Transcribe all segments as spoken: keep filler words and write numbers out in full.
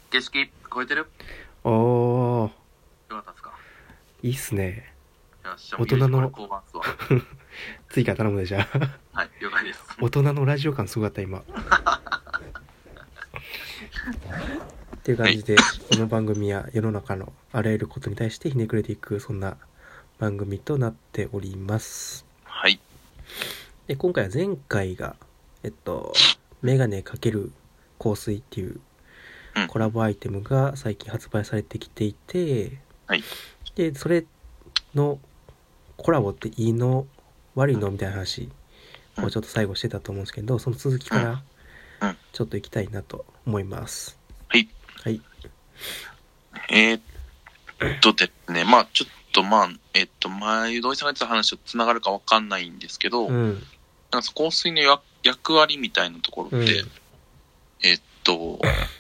景色超えてる？ おー、 よかったっすか？ いいっすね。 よし、じゃあ大人のミュージカル交番っすわ。 追加頼むでじゃあ。 はい、了解です。 大人のラジオ感すごかった今。っていうはい。 感じで、この番組は世の中のあらゆることに対してひねくれていく、そんな番組となっております。 はい。 で、今回は前回が、えっと、メガネ×香水っていううん。 コラボアイテムが最近発売されてきていて、 はい。 で、それのコラボっていいの悪いのみたいな話うん。 をちょっと最後してたと思うんですけど、その続きうん。 からうん。 ちょっと行きたいなと思います。 はい。 はい。 えー、っとですね、まあちょっとまあ、えー、っと、前、土井さんが言ってた話と繋がるかわかんないんですけど、 うん。 なんか香水のや役割みたいなところって、 うん。 えー、っと、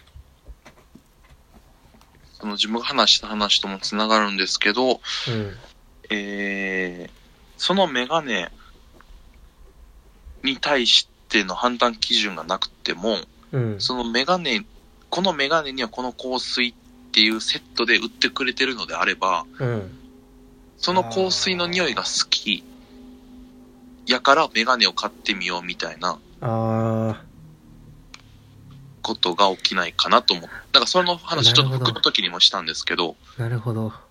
その自分が話した話とも繋がるんですけど、 うん。 えー、そのメガネに対しての判断基準がなくても、 うん。 そのメガネ、このメガネにはこの香水っていうセットで売ってくれてるのであれば、 うん。 その香水の匂いが好きやからメガネを買ってみようみたいなあことが起きないかなと思う。だからそのー、 話ちょっとなるほど。 服の時にもしたんですけど、 なるほど。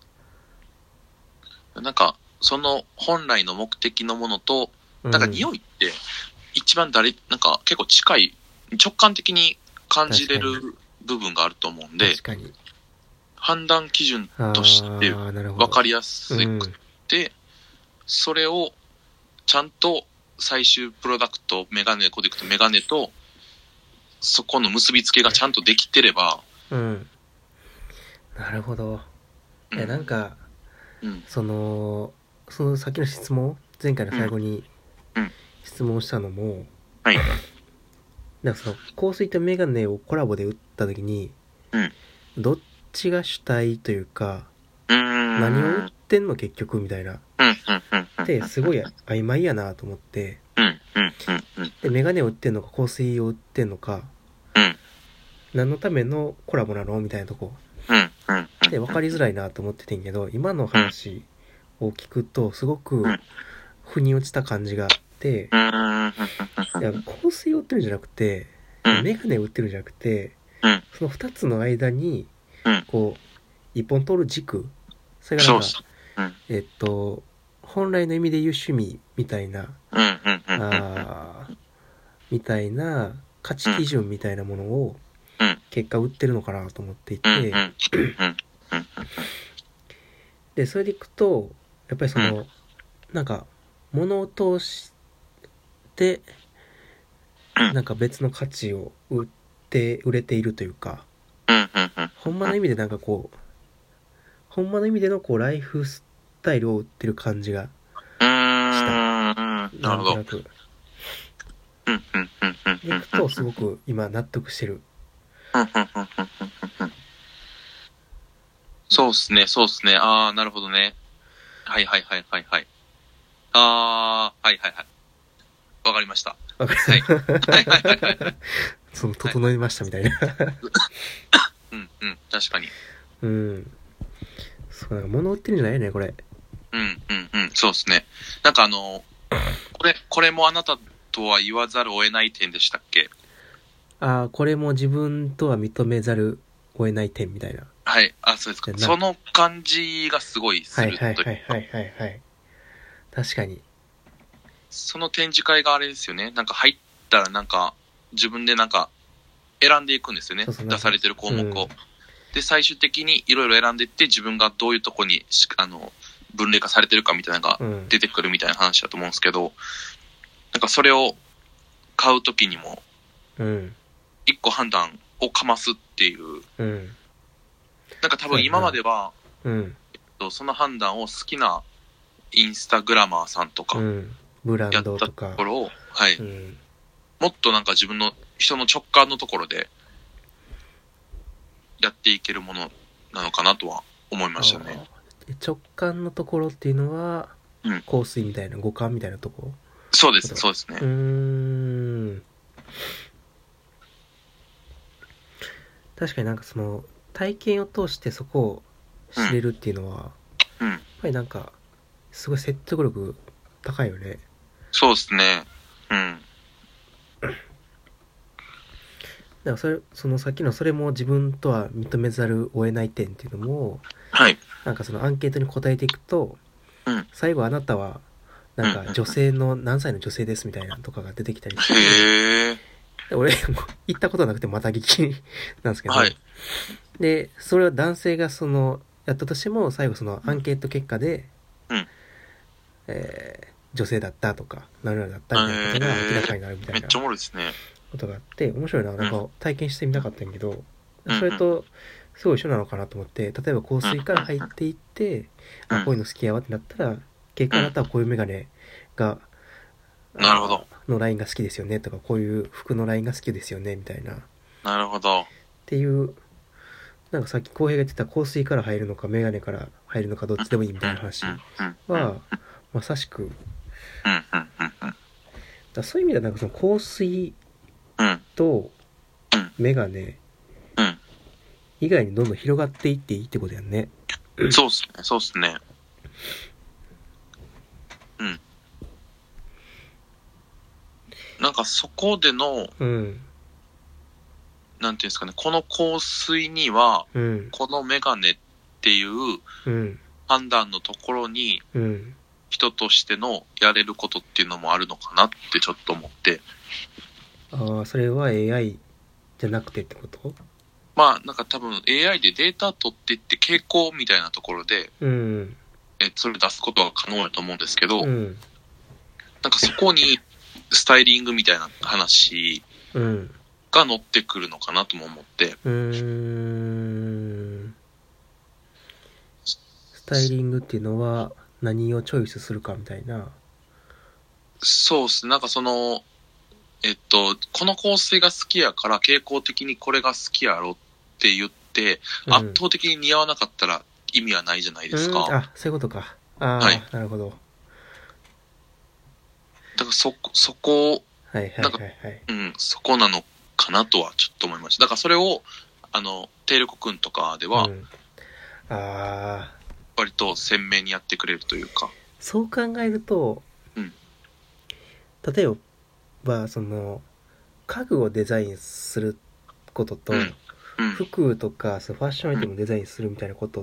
なんかその本来の目的のものと、なんかうん。 匂いって一番誰、なんか結構近い、直感的に感じ確かに。 れる部分があると思うんで、 確かに。 判断基準としてあー、なるほど。 分かりやすくうん。 て、それをちゃんと最終プロダクト、メガネ、コディクト、メガネと、そこの結びつけがちゃんとできてれば、 うん。なるほど。 うん、 え、なんか、 うん、 その、その先の質問、前回のうん、 最後にうん、 質問したのも、 はい、 なんかその香水とメガネをコラボで売った時に、 うん、 どっちが主体というか、 うー何を売っん、うん、 てんの結局みたいなっうん、うん、うん、 てすごい曖昧やなと思って、 うん、うん、うん、うん、 でメガネを売ってんのか香水を売ってんのか、 うん、 何のためのコラボなのみたいなとこうん、うん、 で分かりづらいなと思っててんけど、今の話を聞くとすごく腑に落ちた感じがあって、いや香水を売ってるんじゃなくて、メガネを売ってるんじゃなくて、そのふたつの間にこう一本通る軸、それがなんかそうっす。うん、 えっと本来の意味で言う趣味みたいな、 うん、うん、うん、うん、 あーみたいな価値うん、 基準みたいなものをうん、 結果売ってるのかなと思っていうん、うん、 て、 うん、 でそれでいくとやっぱりそのなんか物を通してなんか別の価値を売って売れているというか、ほんまの意味でなんかこうほんまの意味でのこうライフスタイルを売ってる感じがした。 なるほど。 なんとなくうん、うん、うん、うん、うん、 でいくうん、 とすごく今納得してる。 うん、うん、うん、うん。そうっすね、そうっすね。ああ、なるほどね。はいはいはいはいはい。ああ、はいはいはい。わかりました。 わかる。 はい。はいはいはいはいはい。 そのはいはい整いましたみたいな。 うんうん、確かに。 うん。そうなんか物売ってるんじゃないねこれ。 うんうんうん、そうっすね。なんかあの、これ、これもあなたとは言わざるを得ない点でしたっけ？ ああ、これも自分とは認めざるを得ない点みたいな。 はい。あ、そうですか。 じゃな。 その感じがすごいすはいるというか、 はいはいはいはいはい。確かに。 その展示会があれですよね。なんか入ったらなんか、自分でなんか選んでいくんですよね。 そうそう、なんか、 出されてる項目を。 うん。 で、最終的にいろいろ選んでいって、自分がどういうとこにし、あの、分類化されてるかみたいなのがうん。 出てくるみたいな話だと思うんですけど、なんかそれを買うときにも、 うん。 一個判断をかますっていう、 うん。 なんか多分今まそうやな。 では、 うん。 その判断を好きなインスタグラマーさんとかうん。ブランやったとドとか。 ころを、はい、 うん。 もっとなんか自分の人の直感のところでやっていけるものなのかなとは思いましたね。 ああ。直感のところっていうのは、 うん。 香水みたいな、五感みたいなとこそうです、 ろ。 そうですね。 うーん。 確かになんかその体験を通してそこを知れるっていうのは、 うん。 やっぱりなんかすごい説得力高いよね。 そうですね。うん。 だからそれそのさっきのそれも自分とは認めざるを得ない点っていうのも、 はい。 なんかそのアンケートに答えていくと、 うん。 最後あなたはなんか女性の何歳の女性ですみたいなのとかが出てきたりして、 へえ。 で俺も行ったことなくてまた聞きなんですけど、 はい。 でそれは男性がそのやったとしても最後そのアンケート結果で、 うんえー女性だったとか何々だったみたいなことが明らかになるみたいなめっちゃおもろいですね。 ことがあって面白いな。なんか体験してみたかったんやけど、 うんそれとすごい一緒なのかなと思って、例えば香水から入っていって、 うんあこういうの好きやわってなったら結果あなたはこういうメガネが、 なるほど。 のラインが好きですよねとか、こういう服のラインが好きですよねみたいなっなるほど。 ていう、なんかさっき浩平が言ってた香水から入るのかメガネから入るのかどっちでもいいみたいな話はまさしく、 うんうんうんうん。 だそういう意味ではなんかその香水とメガネ以外にどんどん広がっていっていいってことやんね。 そうっすね、そうっすね。うん。なんかそこでの、 うん。 なんていうんですかね、この香水には、 うん。 このメガネっていううん。 判断のところに、 うん。 人としてのやれることっていうのもあるのかなってちょっと思って。 ああ、それは エーアイ じゃなくてってこと？ まあ、なんか多分 エーアイ でデータ取っていって傾向みたいなところで、 うん。 え、それ出すことは可能だと思うんですけど、 うん。 なんかそこにスタイリングみたいな話うん。 が乗ってくるのかなとも思って。 うーん。スタイリングっていうのは何をチョイスするかみたいな。 そうっす。なんかその、えっと、この香水が好きやから傾向的にこれが好きやろって言って、 うん、 圧倒的に似合わなかったら意味はないじゃないですか。 あ、そういうことか。ああ、はい、なるほど。 だからそ、そこ、 はいはいはいはい。 うん、そこなのかなとはちょっと思いました。だからそれを、あの、テイルコくんとかでは、うん、ああ。割と鮮明にやってくれるというか。 そう考えると、うん、例えば、その、家具をデザインすることと、うんうん、服とかファッションアイテムをデザインするみたいなことって、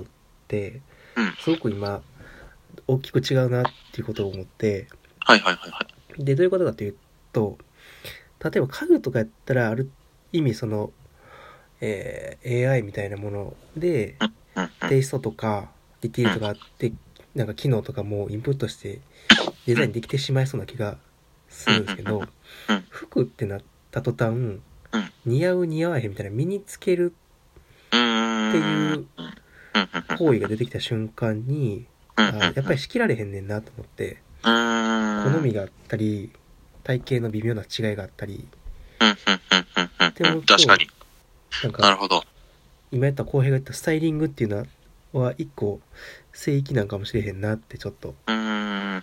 うん、すごく今大きく違うなっていうことを思って、 はいはいはいはい。 でどういうことかというと、例えば家具とかやったらある意味その、えー、エーアイ みたいなもので、うんうん、テイストとかディティールとかあって、うん、なんか機能とかもインプットしてデザインできてしまいそうな気がするんですけど、うんうん、服ってなった途端、うん、似合う似合わへんみたいな身につけるっていう行為が出てきた瞬間に、あやっぱり仕切られへんねんなと思って、好みがあったり体型の微妙な違いがあったりって思うと、 確かになんかなるほど、 今やった浩平が言ったスタイリングっていうのは一個聖域なんかもしれへんなってちょっと思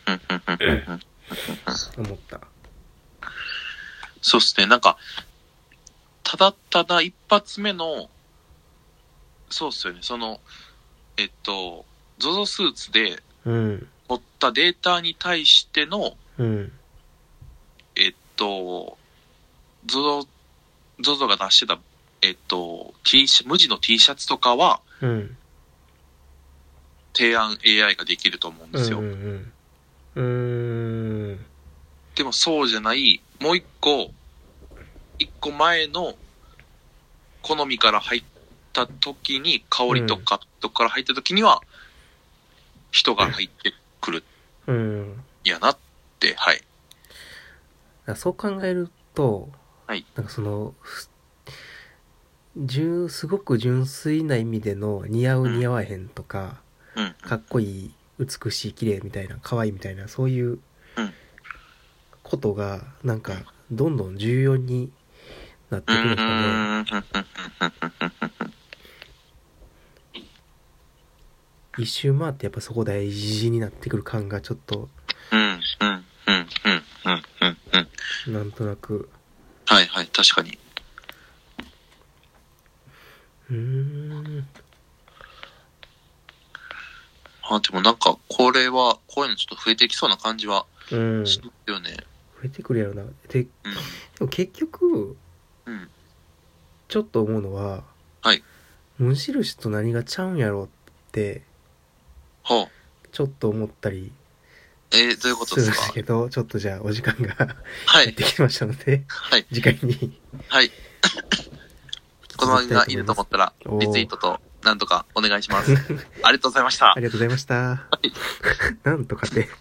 った。 そうですね。なんかただただ一発目のそうっすよね。そのえっと ゾゾ スーツで取ったデータに対しての、うん、えっと ゾゾ ゾゾ が出してたえっと T シャ無地の T シャツとかは、うん、提案 エーアイ ができると思うんですよ。うんうんうん、うーんでもそうじゃないもう一個一個前の好みから入った時に香りとかとから入った時には人が入ってくる、うん、やなってはい。 そう考えると、 はい、 なんかその純すごく純粋な意味での似合う似合わへんとか、うん、かっこいい美しい綺麗みたいな可愛いみたいなそういうことがなんかどんどん重要になってくるんですかね。一周回ってやっぱそこ大事になってくる感がちょっと、うんうんうんうんうんうんうんなんとなく、 はいはい確かに。 うーん。 あ、でもなんか、これは、こういうのちょっと増えてきそうな感じはうん。 しますよね。 増えてくるやろな。で、でうん。 も結局、 うん。 ちょっと思うのは、 はい。 無印と何がちゃうんやろって、 はあ。 ちょっと思ったりえー、どういうことするんですか？ だけど、ちょっとじゃあお時間がやっはい。 てきましたので、 はい。 次回にはい。この番組がいいと思ったら、 おーリツイートと、なんとかお願いします。ありがとうございました。 ありがとうございました。 はい。 なんとかって。